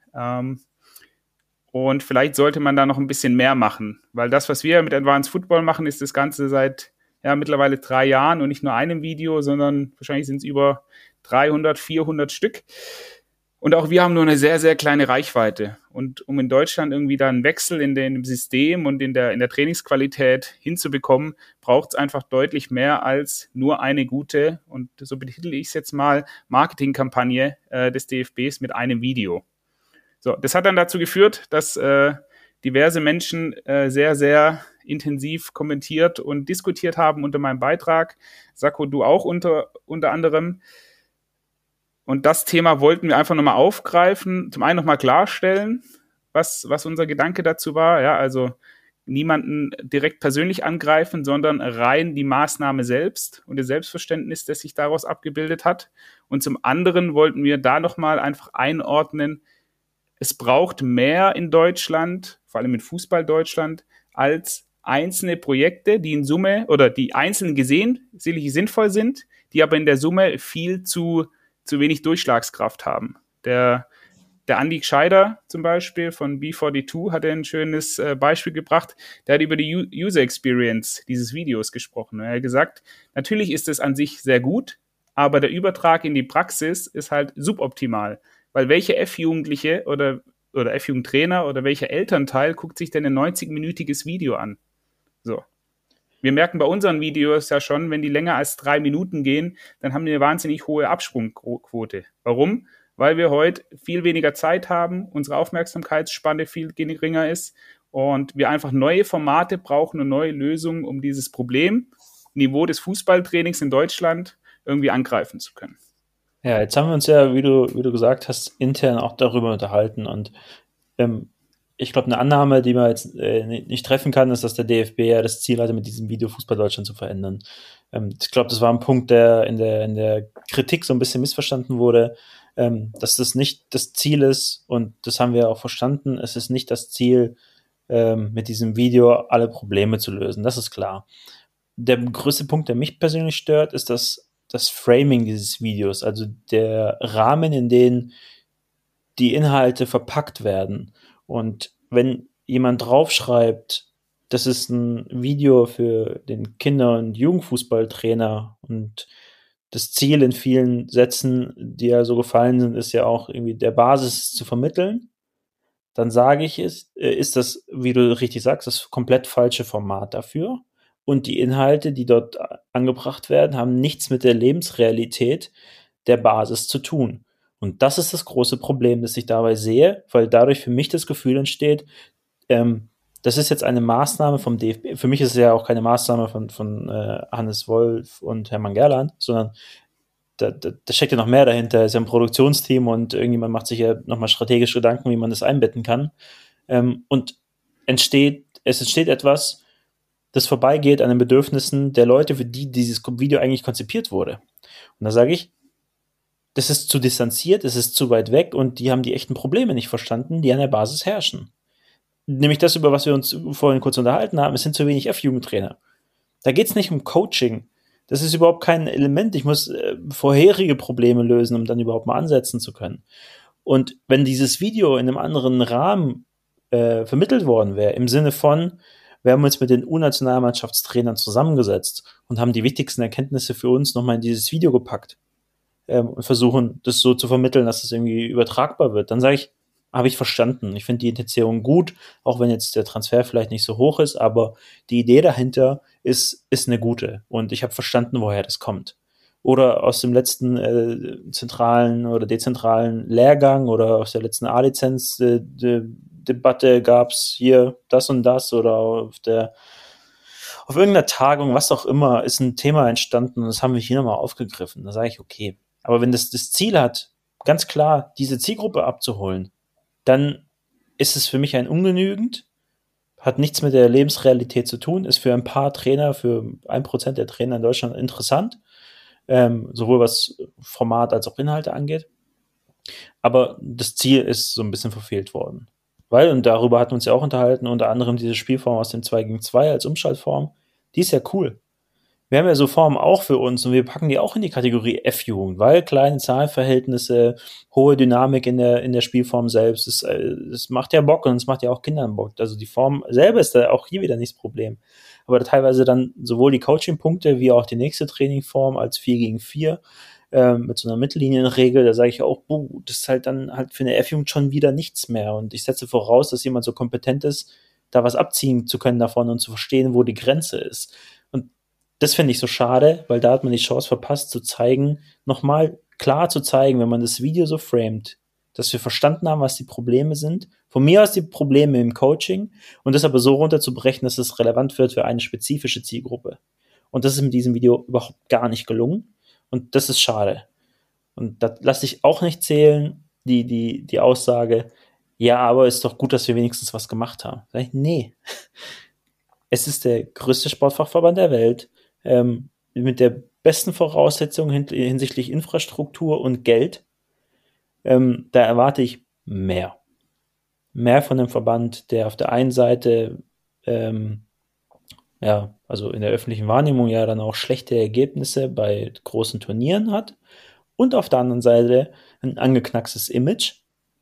Und vielleicht sollte man da noch ein bisschen mehr machen, weil das, was wir mit Advanced Football machen, ist das Ganze seit mittlerweile 3 Jahren und nicht nur einem Video, sondern wahrscheinlich sind es über 300, 400 Stück. Und auch wir haben nur eine sehr, sehr kleine Reichweite. Und um in Deutschland irgendwie da einen Wechsel in dem System und in der Trainingsqualität hinzubekommen, braucht es einfach deutlich mehr als nur eine gute, und so betitel ich es jetzt mal, Marketingkampagne des DFBs mit einem Video. So, das hat dann dazu geführt, dass diverse Menschen sehr, sehr intensiv kommentiert und diskutiert haben unter meinem Beitrag. Sacco, du auch unter anderem. Und das Thema wollten wir einfach nochmal aufgreifen, zum einen nochmal klarstellen, was unser Gedanke dazu war. Ja, also niemanden direkt persönlich angreifen, sondern rein die Maßnahme selbst und das Selbstverständnis, das sich daraus abgebildet hat. Und zum anderen wollten wir da nochmal einfach einordnen, es braucht mehr in Deutschland, vor allem in Fußball Deutschland, als einzelne Projekte, die in Summe oder die einzeln gesehen sicherlich sinnvoll sind, die aber in der Summe viel zu wenig Durchschlagskraft haben. Der Andi Gscheider zum Beispiel von B42 hat ein schönes Beispiel gebracht. Der hat über die User Experience dieses Videos gesprochen. Er hat gesagt, natürlich ist es an sich sehr gut, aber der Übertrag in die Praxis ist halt suboptimal. Weil welche F-Jugendliche oder F-Jugendtrainer oder welcher Elternteil guckt sich denn ein 90-minütiges Video an? So. Wir merken bei unseren Videos ja schon, wenn die länger als 3 Minuten gehen, dann haben wir eine wahnsinnig hohe Absprungquote. Warum? Weil wir heute viel weniger Zeit haben, unsere Aufmerksamkeitsspanne viel geringer ist und wir einfach neue Formate brauchen und neue Lösungen, um dieses Problemniveau des Fußballtrainings in Deutschland irgendwie angreifen zu können. Ja, jetzt haben wir uns ja, wie du gesagt hast, intern auch darüber unterhalten und ich glaube, eine Annahme, die man jetzt nicht treffen kann, ist, dass der DFB ja das Ziel hatte, mit diesem Video Fußball Deutschland zu verändern. Ich glaube, das war ein Punkt, der in der Kritik so ein bisschen missverstanden wurde, dass das nicht das Ziel ist, und das haben wir auch verstanden, es ist nicht das Ziel, mit diesem Video alle Probleme zu lösen, das ist klar. Der größte Punkt, der mich persönlich stört, ist das Framing dieses Videos, also der Rahmen, in den die Inhalte verpackt werden. Und wenn jemand draufschreibt, das ist ein Video für den Kinder- und Jugendfußballtrainer und das Ziel in vielen Sätzen, die ja so gefallen sind, ist ja auch irgendwie der Basis zu vermitteln, dann sage ich ist das, wie du richtig sagst, das komplett falsche Format dafür. Und die Inhalte, die dort angebracht werden, haben nichts mit der Lebensrealität der Basis zu tun. Und das ist das große Problem, das ich dabei sehe, weil dadurch für mich das Gefühl entsteht, das ist jetzt eine Maßnahme vom DFB. Für mich ist es ja auch keine Maßnahme von Hannes Wolf und Hermann Gerland, sondern da steckt ja noch mehr dahinter. Es ist ja ein Produktionsteam und irgendjemand macht sich ja nochmal strategisch Gedanken, wie man das einbetten kann. Und es entsteht etwas, das vorbeigeht an den Bedürfnissen der Leute, für die dieses Video eigentlich konzipiert wurde. Und da sage ich, das ist zu distanziert, es ist zu weit weg und die haben die echten Probleme nicht verstanden, die an der Basis herrschen. Nämlich das, über was wir uns vorhin kurz unterhalten haben, es sind zu wenig F-Jugendtrainer. Da geht es nicht um Coaching. Das ist überhaupt kein Element. Ich muss vorherige Probleme lösen, um dann überhaupt mal ansetzen zu können. Und wenn dieses Video in einem anderen Rahmen vermittelt worden wäre, im Sinne von, Wir haben uns mit den U-Nationalmannschaftstrainern zusammengesetzt und haben die wichtigsten Erkenntnisse für uns nochmal in dieses Video gepackt und versuchen, das so zu vermitteln, dass es irgendwie übertragbar wird. Dann sage ich, habe ich verstanden. Ich finde die Intensierung gut, auch wenn jetzt der Transfer vielleicht nicht so hoch ist, aber die Idee dahinter ist eine gute und ich habe verstanden, woher das kommt. Oder aus dem letzten zentralen oder dezentralen Lehrgang oder aus der letzten A-Lizenz-Debatte gab es hier das und das oder auf irgendeiner Tagung, was auch immer, ist ein Thema entstanden und das haben wir hier nochmal aufgegriffen. Da sage ich, okay. Aber wenn das Ziel hat, ganz klar diese Zielgruppe abzuholen, dann ist es für mich ein ungenügend, hat nichts mit der Lebensrealität zu tun, ist für ein paar Trainer, für 1% der Trainer in Deutschland interessant, sowohl was Format als auch Inhalte angeht. Aber das Ziel ist so ein bisschen verfehlt worden. Weil, und darüber hatten wir uns ja auch unterhalten, unter anderem diese Spielform aus dem 2 gegen 2 als Umschaltform, die ist ja cool. Wir haben ja so Formen auch für uns und wir packen die auch in die Kategorie F-Jugend, weil kleine Zahlenverhältnisse, hohe Dynamik in der Spielform selbst, es macht ja Bock und es macht ja auch Kindern Bock. Also die Form selber ist da auch hier wieder nicht das Problem. Aber teilweise dann sowohl die Coaching-Punkte wie auch die nächste Trainingform als 4 gegen 4 mit so einer Mittellinienregel, da sage ich auch, das ist halt dann halt für eine F-Jugend schon wieder nichts mehr. Und ich setze voraus, dass jemand so kompetent ist, da was abziehen zu können davon und zu verstehen, wo die Grenze ist. Und das finde ich so schade, weil da hat man die Chance verpasst, zu zeigen, nochmal klar zu zeigen, wenn man das Video so framet, dass wir verstanden haben, was die Probleme sind. Von mir aus die Probleme im Coaching und das aber so runterzubrechen, dass es relevant wird für eine spezifische Zielgruppe. Und das ist mit diesem Video überhaupt gar nicht gelungen. Und das ist schade. Und das lasse ich auch nicht zählen, die Aussage, ja, aber ist doch gut, dass wir wenigstens was gemacht haben. Sag ich, nee. Es ist der größte Sportfachverband der Welt, mit der besten Voraussetzung hinsichtlich Infrastruktur und Geld. Da erwarte ich mehr. Mehr von dem Verband, der auf der einen Seite also in der öffentlichen Wahrnehmung ja dann auch schlechte Ergebnisse bei großen Turnieren hat und auf der anderen Seite ein angeknackstes Image.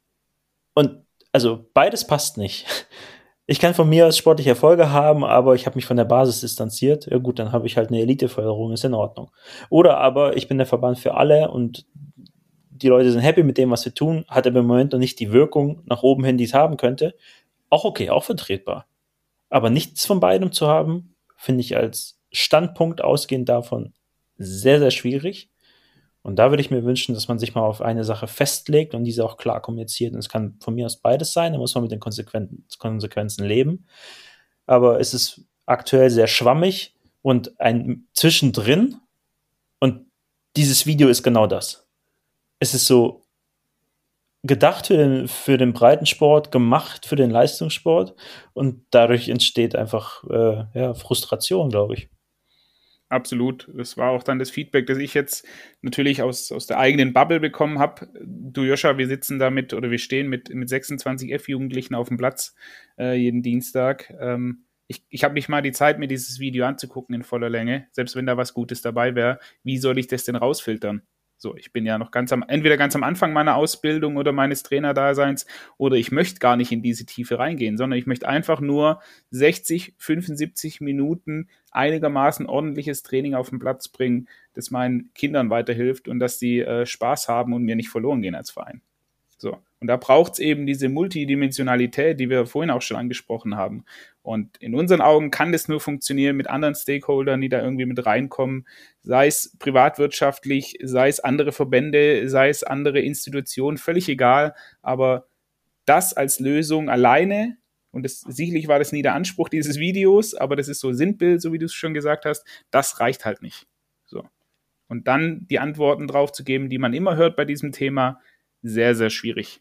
Und also beides passt nicht. Ich kann von mir aus sportliche Erfolge haben, aber ich habe mich von der Basis distanziert. Ja gut, dann habe ich halt eine Eliteförderung, ist in Ordnung. Oder aber ich bin der Verband für alle und die Leute sind happy mit dem, was wir tun, hat aber im Moment noch nicht die Wirkung nach oben hin, die es haben könnte. Auch okay, auch vertretbar. Aber nichts von beidem zu haben, finde ich als Standpunkt ausgehend davon sehr, sehr schwierig. Und da würde ich mir wünschen, dass man sich mal auf eine Sache festlegt und diese auch klar kommuniziert. Und es kann von mir aus beides sein, da muss man mit den Konsequenzen leben. Aber es ist aktuell sehr schwammig und ein Zwischendrin. Und dieses Video ist genau das. Es ist so gedacht für den Breitensport, gemacht für den Leistungssport und dadurch entsteht einfach Frustration, glaube ich. Absolut. Das war auch dann das Feedback, das ich jetzt natürlich aus der eigenen Bubble bekommen habe. Du, Joscha, wir sitzen da wir stehen mit 26 F-Jugendlichen auf dem Platz jeden Dienstag. Ich habe nicht mal die Zeit, mir dieses Video anzugucken in voller Länge, selbst wenn da was Gutes dabei wäre. Wie soll ich das denn rausfiltern? So, ich bin ja noch entweder ganz am Anfang meiner Ausbildung oder meines Trainerdaseins oder ich möchte gar nicht in diese Tiefe reingehen, sondern ich möchte einfach nur 60, 75 Minuten einigermaßen ordentliches Training auf den Platz bringen, das meinen Kindern weiterhilft und dass die Spaß haben und mir nicht verloren gehen als Verein. So. Und da braucht es eben diese Multidimensionalität, die wir vorhin auch schon angesprochen haben. Und in unseren Augen kann das nur funktionieren mit anderen Stakeholdern, die da irgendwie mit reinkommen, sei es privatwirtschaftlich, sei es andere Verbände, sei es andere Institutionen, völlig egal. Aber das als Lösung alleine, und sicherlich war das nie der Anspruch dieses Videos, aber das ist so Sinnbild, so wie du es schon gesagt hast, das reicht halt nicht. So. Und dann die Antworten drauf zu geben, die man immer hört bei diesem Thema, sehr, sehr schwierig.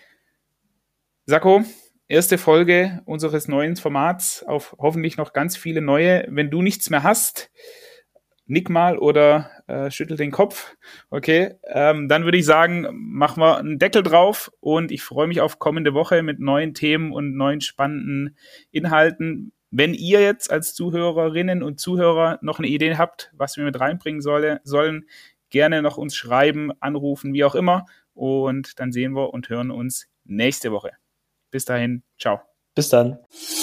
Sacco, erste Folge unseres neuen Formats auf hoffentlich noch ganz viele neue. Wenn du nichts mehr hast, nick mal oder schüttel den Kopf. Okay, dann würde ich sagen, machen wir einen Deckel drauf und ich freue mich auf kommende Woche mit neuen Themen und neuen spannenden Inhalten. Wenn ihr jetzt als Zuhörerinnen und Zuhörer noch eine Idee habt, was wir mit reinbringen sollen, gerne noch uns schreiben, anrufen, wie auch immer. Und dann sehen wir und hören uns nächste Woche. Bis dahin, ciao. Bis dann.